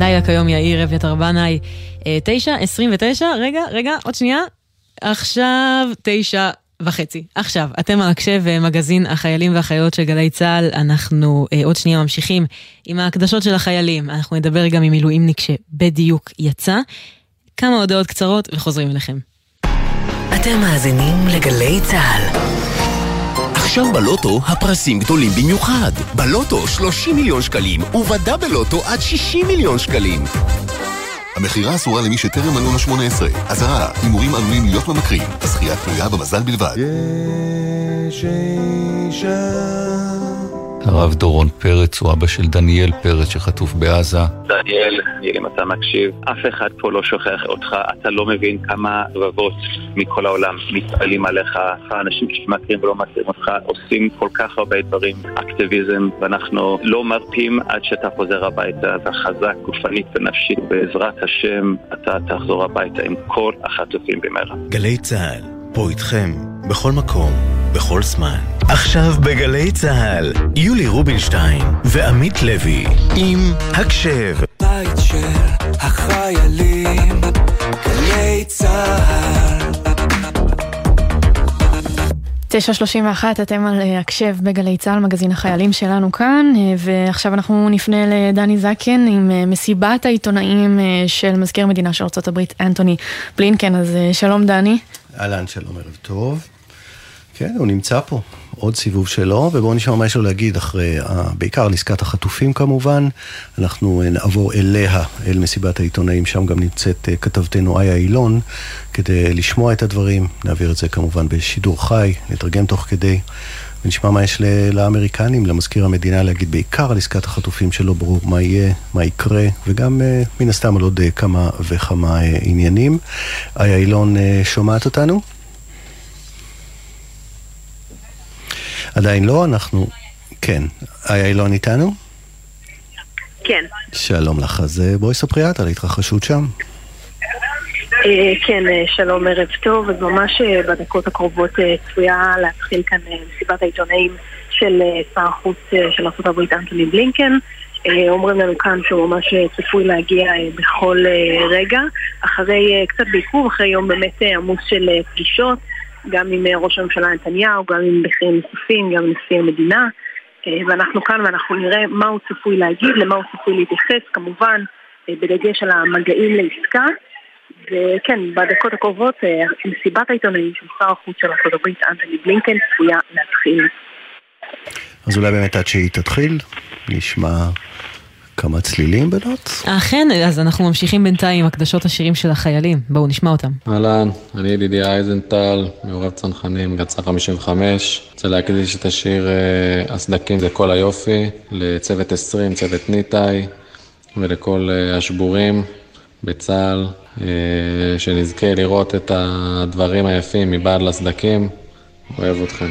לילה כיום יאיר אביתר בנאי, 9:29, רגע, עוד שנייה, עכשיו 9:30. עכשיו, אתם על הקשב מגזין החיילים והחיילות של גלי צהל, אנחנו עוד שנייה ממשיכים עם ההקדשות של החיילים, אנחנו נדבר גם עם מילואימניק שבדיוק יצא, כמה הודעות קצרות וחוזרים אליכם. אתם מאזינים לגלי צהל. עכשיו בלוטו הפרסים גדולים במיוחד. בלוטו 30 מיליון שקלים, ובדה בלוטו עד 60 מיליון שקלים. המחירה אסורה למי שטרם מלאו לו 18. אזהרה, הימורים עלולים להיות ממכרים. הזכייה תלויה במזל בלבד. הרב דורון פרץ הוא אבא של דניאל פרץ שחטוף בעזה. דניאל, אם אתה מקשיב, אף אחד פה לא שוכח אותך, אתה לא מבין כמה רבבות מכל העולם מתפעלים עליך, האנשים שמכירים ולא מכירים אותך עושים כל כך הרבה דברים, אקטיביזם, ואנחנו לא מרפים עד שאתה חוזר הביתה, אתה חזק גופנית ונפשית, בעזרת השם אתה תחזור הביתה עם כל החטופים במהרה. גלי צהל, פה איתכם, בכל מקום, בכל זמן. עכשיו בגלי צהל, יולי רובינשטיין ועמית לוי עם הקשב. בית של החיילים, גלי צהל. 9:31, אתם על הקשב בגלי צהל, מגזין החיילים שלנו כאן, ועכשיו אנחנו נפנה לדני זקן עם מסיבת העיתונאים של מזכיר המדינה של ארצות הברית, אנטוני בלינקן. אז שלום דני. אהלן, שלום, ערב טוב. כן, הוא נמצא פה, עוד סיבוב שלו, ובואו נשמע מה יש לו להגיד אחרי, בעיקר על עסקת החטופים כמובן. אנחנו נעבור אליה, אל מסיבת העיתונאים, שם גם נמצאת כתבתנו איה אילון, כדי לשמוע את הדברים, נעביר את זה כמובן בשידור חי, נתרגם תוך כדי, ונשמע מה יש לאמריקנים, למזכיר המדינה להגיד בעיקר על עסקת החטופים שלא ברור מה יהיה, מה יקרה, וגם מן הסתם על עוד כמה וכמה עניינים. איה אילון שומעת אותנו? עדיין לא, אנחנו... כן. איה אילון איתנו? כן. שלום לך, אז בואי ספרי את על ההתרחשות שם. כן, שלום, ערב טוב, אז ממש בדקות הקרובות צפויה להתחיל כאן מסיבת העיתונאים של שר החוץ של ארצות הברית אנטוני בלינקן. אומרים לנו כאן שהוא ממש צפוי להגיע בכל רגע, אחרי קצת בעיכוב, אחרי יום באמת עמוס של פגישות, גם עם ראש הממשלה נתניהו, גם עם בכירים נוספים, גם עם נשיא המדינה, ואנחנו כאן ואנחנו נראה מה הוא צפוי להגיד, למה הוא צפוי להתייחס, כמובן בדגש על המגעים לעסקה, וכן, בדקות הקרובות מסיבת העיתונאים של שר החוץ של ארצות הברית אנטוני בלינקן צפויה להתחיל. אז אולי באמת עד שהיא תתחיל, נשמע כמה צלילים בנות? אכן, אז אנחנו ממשיכים בינתיים עם הקדשות השירים של החיילים. בואו נשמע אותם. אהלן, אני ידידיה אייזנטל, מעורב צנחנים, גצה 55. רוצה להקדיש את השיר הסדקים זה כל היופי, לצוות 20, צוות ניטאי, ולכל השבורים בצהל, שנזכה לראות את הדברים היפים מבעד לסדקים. אוהב אתכם.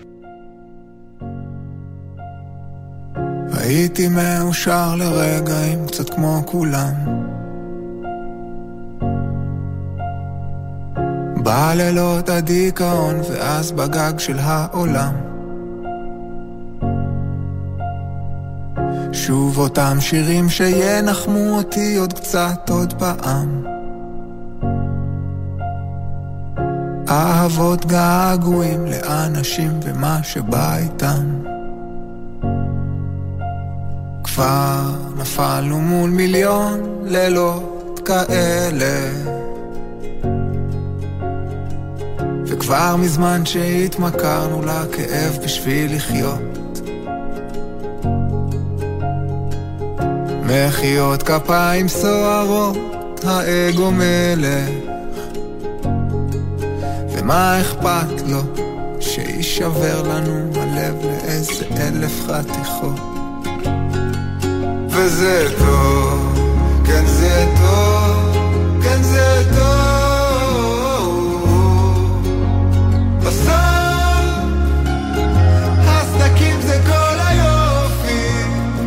הייתי מאושר לרגעים קצת כמו כולם, בלילות הדיכאון ואז בגג של העולם, שוב אותם שירים שינחמו אותי עוד קצת עוד פעם, אהבות געגועים לאנשים ומה שבא איתם, כבר נפלנו מול מיליון לילות כאלה, וכבר מזמן שהתמכרנו לכאב בשביל לחיות, מחיאות כפיים סוערות האגו מלך, ומה אכפת לו שישבר לנו הלב לאיזה 1000 חתיכות, וזה טוב, כן זה טוב, כן זה טוב, בסוף הסדקים זה כל היופי,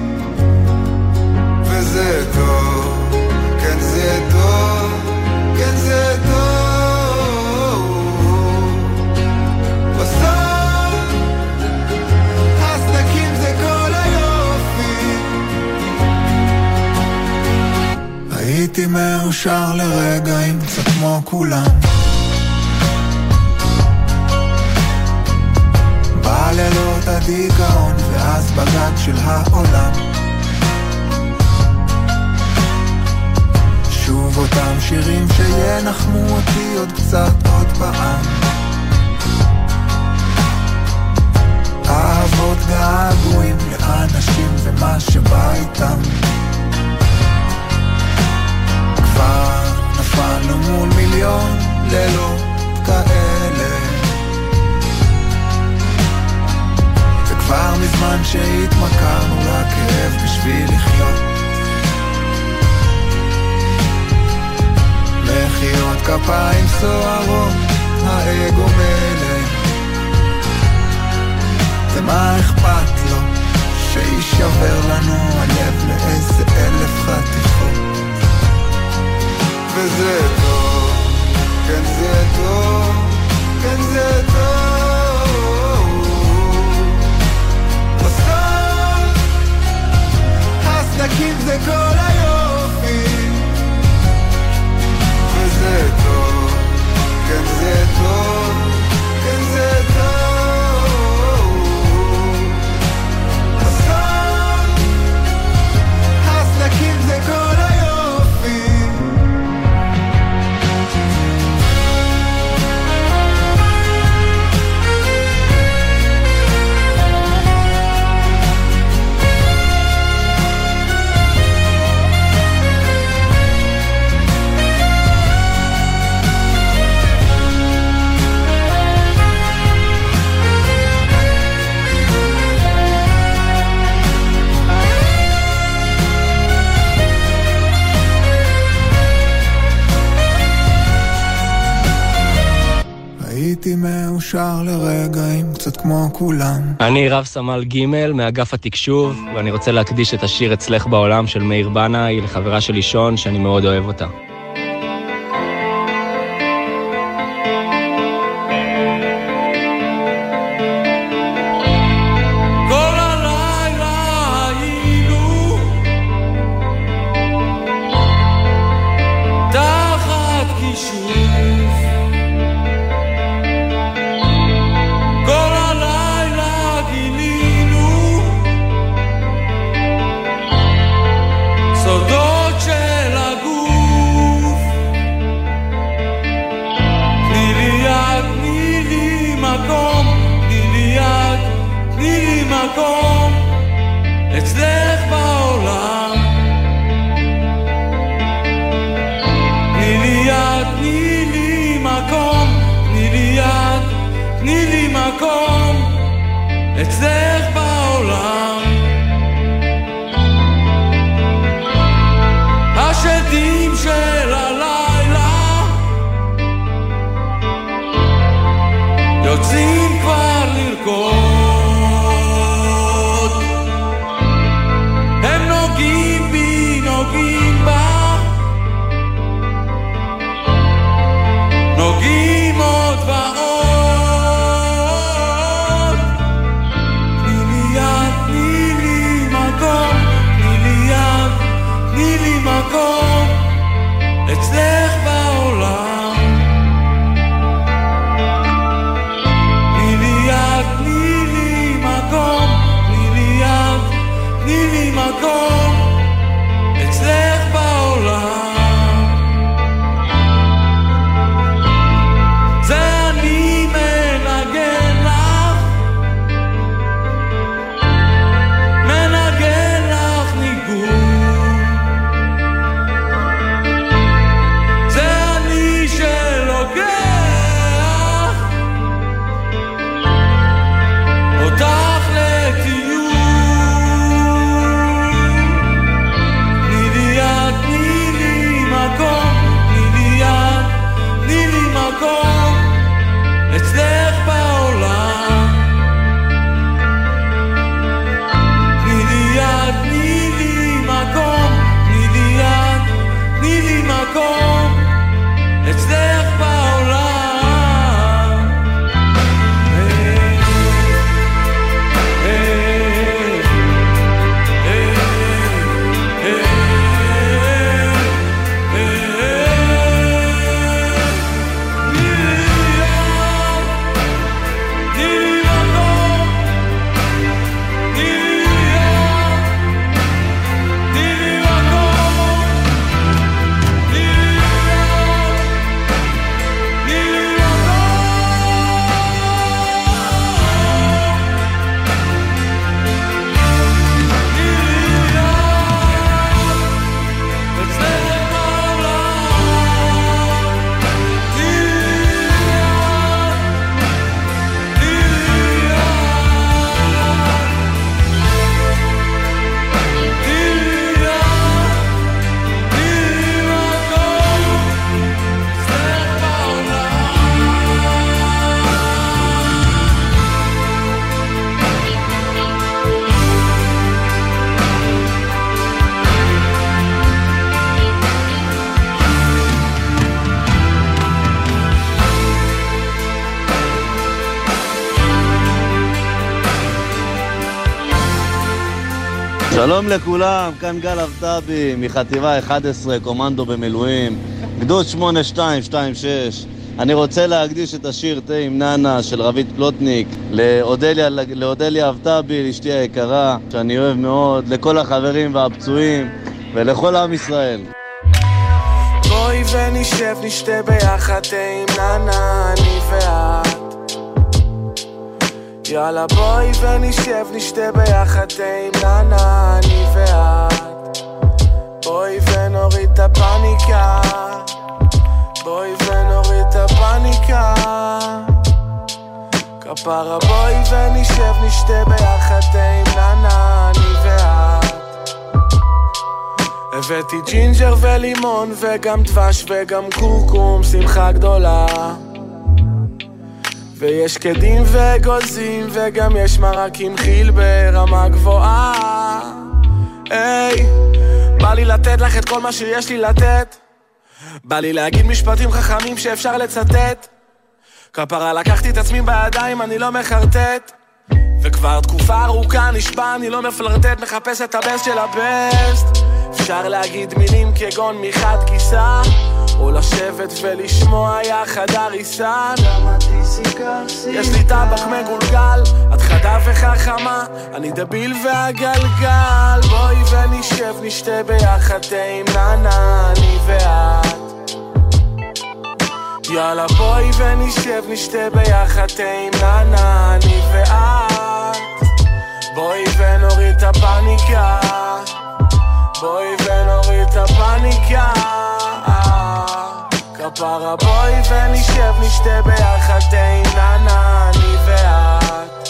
וזה טוב, כן זה טוב, כן זה טוב, בסוף הסדקים זה כל היופי. מאושר לרגעים קצת כמו כולם. בלילות הדיכאון ואז בגג של העולם שוב אותם שירים שינחמו אותי עוד קצת עוד פעם. אהבות געגועים לאנשים ומה שבא איתם כבר נפלנו מול מיליון לילות כאלה וכבר מזמן שהתמכרנו לכאב בשביל לחיות מחיאות כפיים סוערות האגו מלא ומה אכפת לו שישבר לנו הלב לאיזה 1000 חתיכות וזה טוב, כן זה טוב, כן זה טוב בסוף הסדקים זה כל היופי וזה טוב, כן זה טוב, כן זה טוב בסוף הסדקים זה כל היופי הייתי מאושר לרגעים קצת כמו כולם. אני רב סמל ג' מאגף התקשוב ואני רוצה להקדיש את השיר אצלך בעולם של מאיר בנאי לחברה שלי שון שאני מאוד אוהב אותה. אצלך בעולם השדים של הלילה יוצאים כבר לרקוד הם נוגעים בי נוגעים בה נוגעים עוד ועוד שלום לכולם, כאן גל אבטבי מחטיבה 11, קומנדו במילואים, גדוד 8226. אני רוצה להקדיש את השיר תה עם ננה של רבית פלוטניק לאודליה אבטבי, לאשתי היקרה, שאני אוהב מאוד, לכל החברים והפצועים ולכל עם ישראל. בואי ונשב נשתה ביחד תה עם ננה, אני ואת. יאללה בואי ונשב נשתה ביחד תה עם ננה, אני ואת. בואי ונוריד את הפניקה, בואי ונוריד את הפניקה. כפרה בואי ונשב נשתה ביחד תה עם ננה, אני ואת. הבאתי ג'ינג'ר ולימון וגם דבש וגם קורקום, שמחה גדולה. ויש קדים וגוזים וגם יש מרק עם חיל ברמה גבוהה. היי, בא לי לתת לך את כל מה שיש לי לתת, בא לי להגיד משפטים חכמים שאפשר לצטט. כפרה לקחתי את עצמי בידיים, אני לא מחרטט, וכבר תקופה ארוכה נשבע אני לא מפלרטט, מחפש את הבסט של הבסט. אפשר להגיד מילים כגון מחד כיסה, או לשבת ולשמוע יחד הריסה. יש לי טבק מגולגל, את חדה וחכמה, אני דביל והגלגל. בואי ונשב נשתה ביחד תה עם ננה, אני ואת. יאללה בואי ונשב נשתה ביחד תה עם ננה, אני ואת. בואי ונוריד את הפניקה, בואי ונוריד את הפניקה. כפרה בואי ונשב נשתה ביחד תה עם ננה, אני ואת.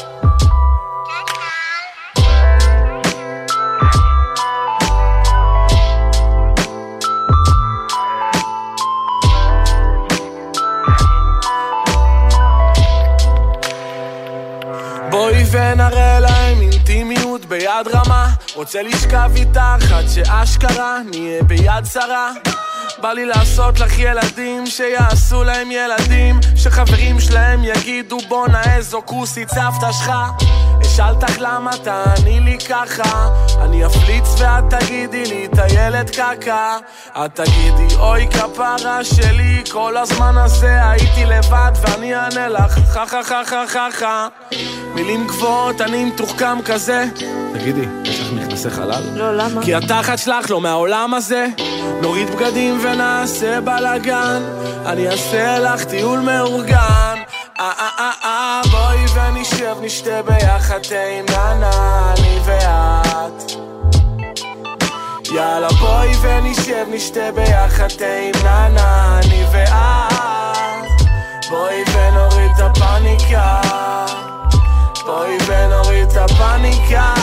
בואי ונראה להם אינטימיות ביד רמה, רוצה לשכב איתך עד שאשכרה נהיה ביד שרה. בא לי לעשות לך ילדים שיעשו להם ילדים, שחברים שלהם יגידו בונה איזו כוסית סבתא שלך. אשאל לך למה תעני לי ככה, אני אפליץ ואת תגידי לי את הילד קקה. את תגידי אוי כפרה שלי, כל הזמן הזה הייתי לבד, ואני אענה לך חה חה חה חה חה חה. מילים גבוהות, אני מתוחכם כזה. תגידי, יש לך מכנסי חלל? לא, למה? כי התחת שלך לא מהעולם הזה. נוריד בגדים ונעשה בלגן, אני אעשה לך טיול מאורגן. בואי ונשב נשתה ביחד תה עם ננה, אני ואת. יאללה בואי ונשב נשתה ביחד תה עם ננה, אני ואת. בואי ונוריד את הפניקה, בואי ונוריד את הפניקה.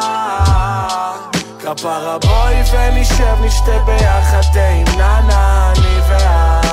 כפרה בואי ונשב נשתה ביחד תה עם ננה, אני ואת.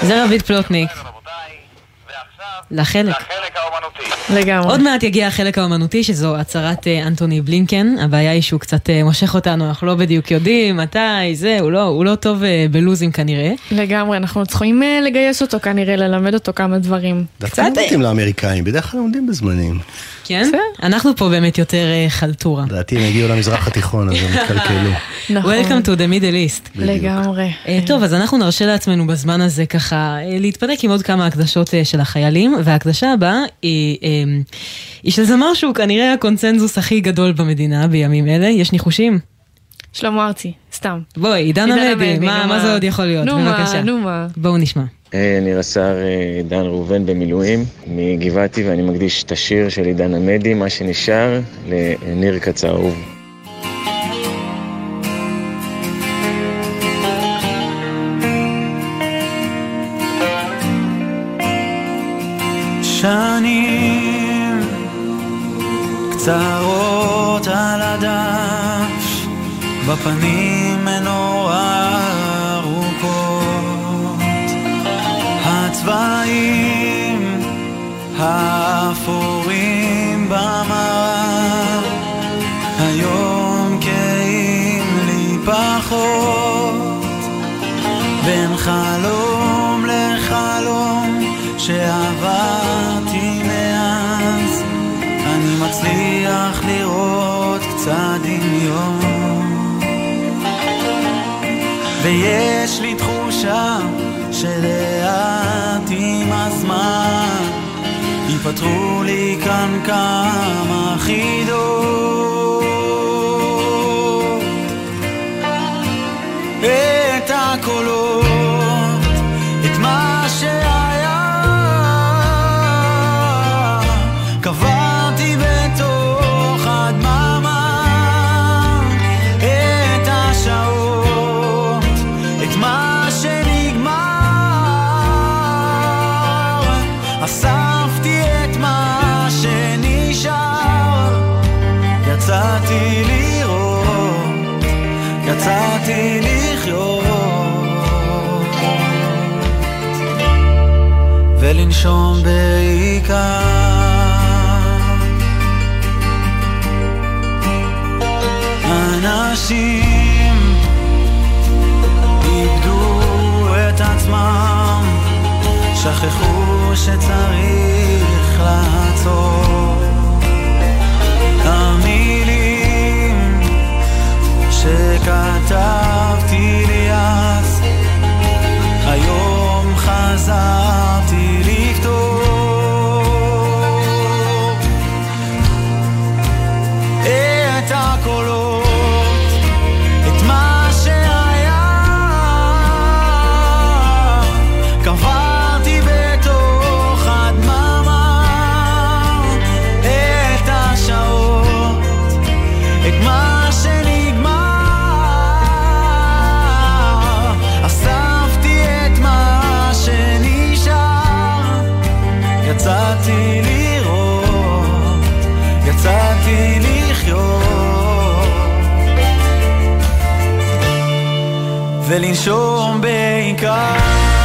זה רביד פלוטניק. לחלק האומנותי. לגמרי. עוד מעט יגיע החלק האומנותי, שזו הצהרת אנטוני בלינקן. הבעיה היא שהוא קצת מושך אותנו, אנחנו לא בדיוק יודעים מתי, זה, הוא לא טוב בלוזים כנראה. לגמרי, אנחנו צריכים לגייס אותו כנראה, ללמד אותו כמה דברים. דווקא נותנים לאמריקאים, בדרך כלל עומדים בזמנים. כן? אנחנו פה באמת יותר חלטורה. דעתי הם הגיעו למזרח התיכון, אז הם התקלקלו. Welcome to the Middle East. לגמרי. טוב, אז אנחנו נרשה לעצמנו בזמן הזה ככה להתפנק עם עוד כמה הקדשות של החיילים, וההקדשה הבאה היא של זמר שהוא כנראה הקונצנזוס הכי גדול במדינה בימים אלה. יש ניחושים? שלמה ארצי, סתם. בואי, עידן עמדי, מה זה עוד יכול להיות? בבקשה. נו מה. בואו נשמע. אני רס"ר דן ראובן במילואים מגבעתי, ואני מקדיש את השיר של עידן עמדי, מה שנשאר, לניר קצאהוב. שנים קצרות על הדף, בפנים מנורה ארוכות, הצבעים האפורים במראה, היום קיים לי פחות, בין חלום לחלום שעברתי מאז, אני מצליח לראות קצת דמיון, ויש לי תחושה שלאט עם הזמן ייפתחו לי כאן כמה חידות, את הקולות, את מה שהיה קברתי בתוך הדממה, את השעות, את מה שנגמר, אספתי את מה שנשאר, יצאתי לראות, יצאתי לחיות ולנשום בעיקר. אנשים איבדו את עצמם, שכחו שצריך לעצור, המילים שכתבתי לי אז, היום חזרתי לכתוב את הקולות, את מה שהיה קברתי בתוך הדממה, את השעות, את מה שנגמר, אספתי את מה שנשאר, יצאתי לראות, יצאתי לחיות ולנשום בעיקר.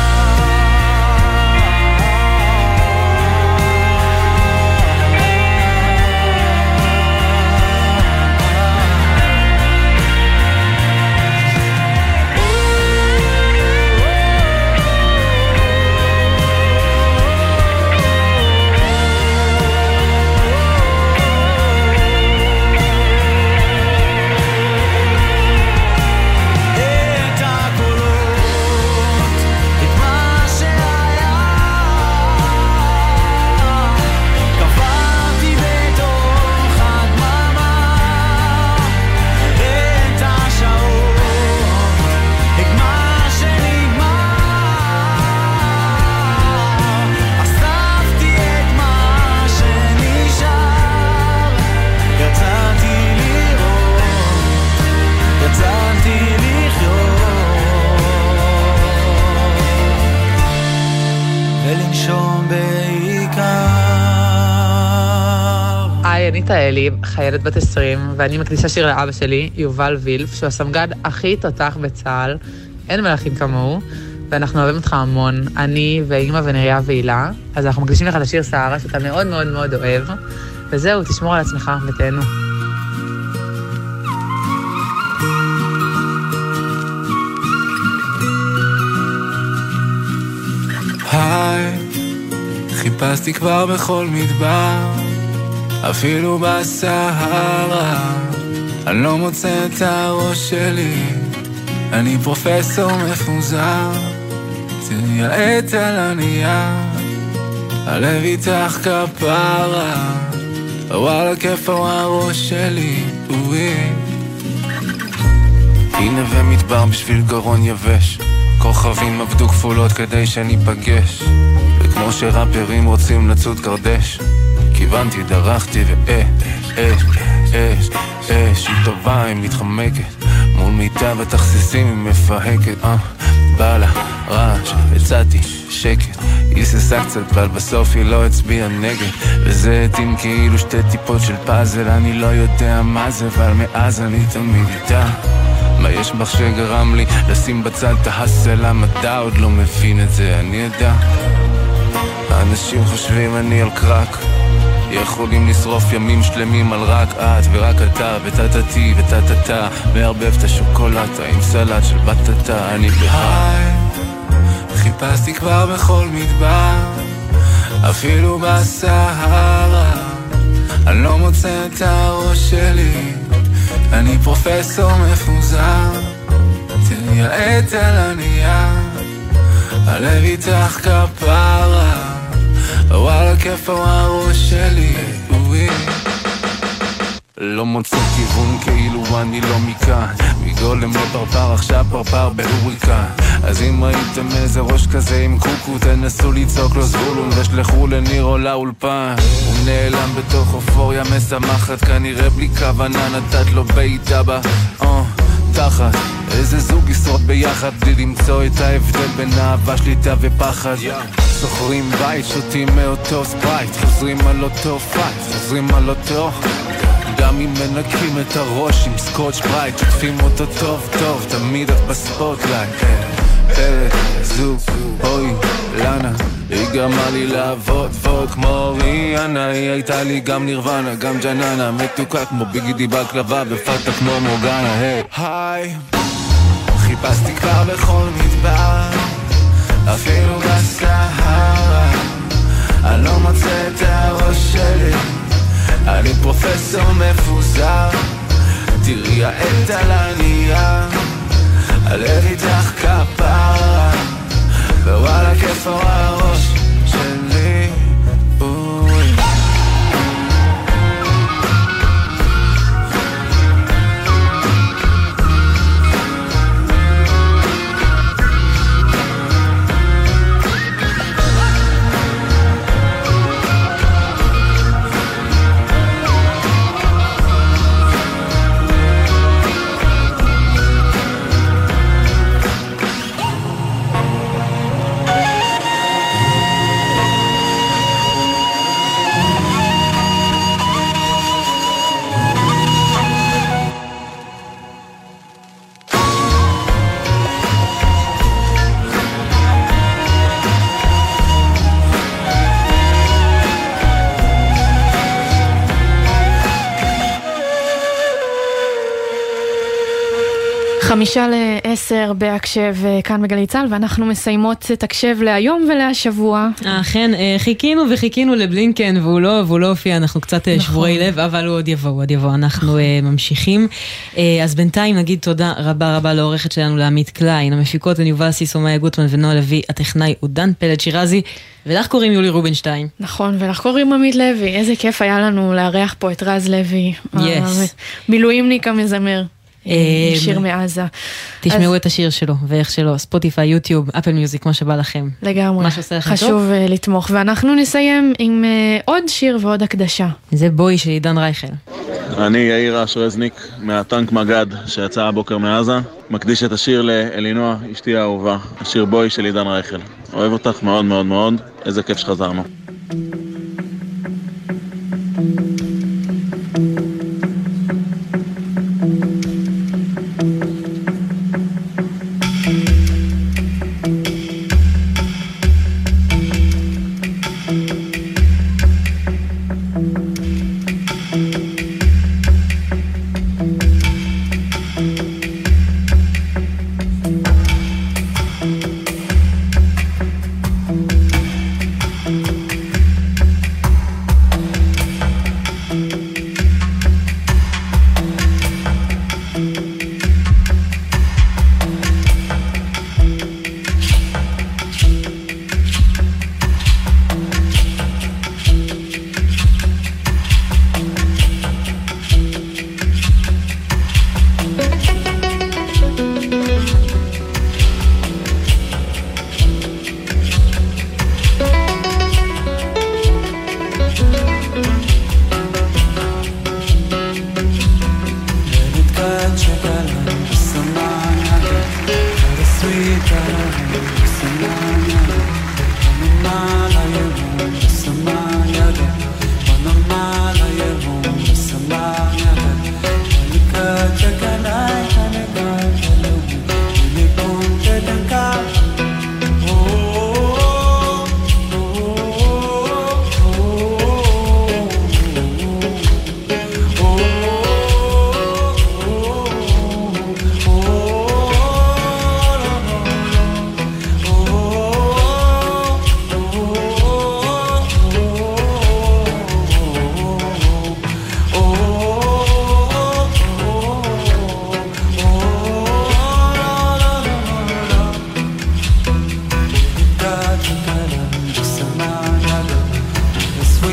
אני תאלי, חיילת בת 20, ואני מקדישה שיר לאבא שלי, יובל וילף, שהוא הסמג"ד הכי תותח בצה"ל, אין מלאכים כמוהו, ואנחנו אוהבים אותך המון, אני ואימא ונריה והילה, אז אנחנו מקדישים לך את השיר סערה שאתה מאוד מאוד מאוד אוהב, וזהו, תשמור על עצמך ותהנו. היי, חיפשתי כבר בכל מדבר, אפילו בסהרה, אני לא מוצא את הראש שלי, אני פרופסור מפוזר, תראי העט על הנייר, הלב איתך כפרה, וואלה כיפה הראש שלי, הנה ומדבר בשביל גרון יבש, כוכבים עבדו כפולות כדי שניפגש, וכמו שראפרים רוצים לצוד קרדש, כיוונתי, דרכתי אש היא טובה, היא מתחמקת מול מיטה ותכסיסים היא מפהקת, בא לה רעש, הצעתי שקט, היא ססה קצת אבל בסוף היא לא הצביעה נגד, וזה התאים כאילו שתי טיפות של פאזל, אני לא יודע מה זה אבל מאז אני תמיד איתה, מה יש בך שגרם לי לשים בצד את ההסל, המדע עוד לא מבין את זה, אני יודע, האנשים חושבים אני על קרק, יכולים לשרוף ימים שלמים על רק את ורק אתה וטטטי וטטטה, מערבב את השוקולטה עם סלט של בטטה, אני בהיי, חיפשתי כבר בכל מדבר, אפילו בסהרה, אני לא מוצא את הראש שלי, אני פרופסור מפוזר, תראי העט על הנייר, הלב איתך כפרה, וואלה כיפה הראש שלי, לא מוצא כיוון כאילו אני לא מכאן, מגולם לפרפר עכשיו פרפר בהוריקן, אז אם ראיתם איזה ראש כזה עם קוקו, תנסו לצעוק לו זבולון ושלחו לניר או לאולפן, הוא נעלם בתוך אופוריה משמחת, כנראה בלי כוונה נתת לו בעיטה בה תחת, איזה זוג ישרוד ביחד בלי למצוא את ההבדל בין אהבה, שליטה ופחד, סוחרים בית, שותים מאותו ספרייט, חוזרים על אותו פייט, חוזרים על אותו, גם אם מנקים את הראש עם סקוץ' ברייט, תוקפים אותו טוב טוב, תמיד את בספוטלייט, פרק, זוג, אוי, לנה, היא גרמה לי לעבוד ועוד כמו ריאנה, היא הייתה לי גם נירוונה, גם ג'ננה, מתוקה כמו ביגידי בקלבה ופתה כמו מורגנה, היי, חיפשתי כבר בכל מדבר, אפילו בסהרה, אני לא מוצא את הראש שלי, אני פרופסור מפוזר, תראי העט על הנייר, הלב איתך כפרה, ווואלה כיפה הראש שלי, חמישה ל10 בהקשב כאן בגלי צהל, ואנחנו מסיימות את הקשב להיום ולהשבוע. אכן, חיכינו וחיכינו לבלינקן, והוא לא הופיע, אנחנו קצת שבורי לב, אבל הוא עוד יבוא, אנחנו ממשיכים. אז בינתיים נגיד תודה רבה רבה לעורכת שלנו לעמית קליין, המפיקות יובל סיסו, מאיה גוטמן ונועה לוי, הטכנאי עודן פלד שירזי, ולך קוראים יולי רובינשטיין. נכון, ולך קוראים עמית לוי, איזה כיף היה לנו לארח פה את רז לוי, מילואימניק המזמר. שיר מעזה. תשמעו את השיר שלו ואיך שלו, ספוטיפיי, יוטיוב, אפל מיוזיק, מה שבא לכם. לגמרי, חשוב לתמוך. ואנחנו נסיים עם עוד שיר ועוד הקדשה. זה בוי של עידן רייכל. אני יאיר אשרזניק מהטנק מגד שיצא הבוקר מעזה, מקדיש את השיר לאלינוע, אשתי האהובה, השיר בוי של עידן רייכל. אוהב אותך מאוד מאוד מאוד, איזה כיף שחזרנו.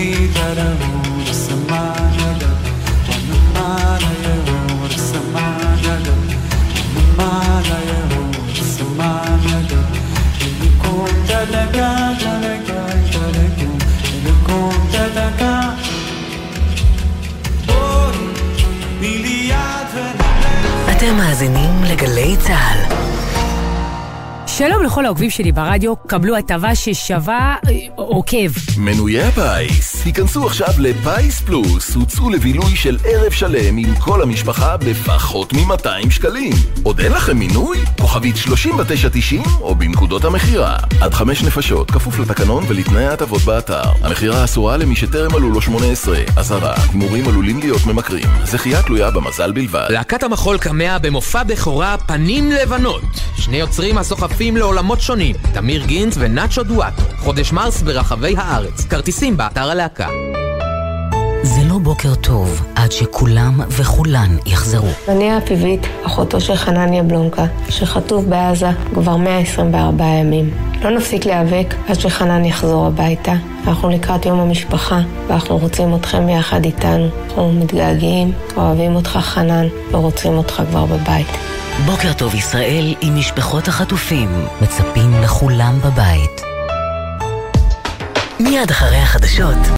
אתם מאזינים לגלי צהל. שלום לכל העוקבים שלי ברדיו, קבלו הטבה ששווה עוקב. מנויי הפיס, היכנסו עכשיו לפייס פלוס, הוצאו לבילוי של ערב שלם עם כל המשפחה בפחות מ-200 שקלים. עוד אין לכם מינוי? כוכבית 3990 או בנקודות המחירה. עד 5 נפשות, כפוף לתקנון ולתנאי ההטבות באתר. המחירה אסורה למי שטרם מלאו לו 18. אזהרה, הימורים עלולים להיות ממכרים. זכייה תלויה במזל בלבד. להקת המחול קמע במופע בכורה פנים לבנות. שני יוצרים הסוחפים לעולמות שונים, תמיר גינץ ונאצ'ו דואטו. חודש מרס ברחבי הארץ. כרטיסים באתר הלהקה. זה לא בוקר טוב עד שכולם וכולן יחזרו. אני הפיבית, אחותו של חנניה בלונקה, שחטוף בעזה כבר 124 ימים. לא נפסיק להיאבק עד שחנן יחזור הביתה. אנחנו לקראת יום המשפחה, ואנחנו רוצים אתכם יחד איתנו. אנחנו מתגעגעים, אוהבים אותך חנן, ורוצים אותך כבר בבית. בוקר טוב ישראל עם משפחות החטופים. מצפים לכולם בבית. מיד אחרי החדשות.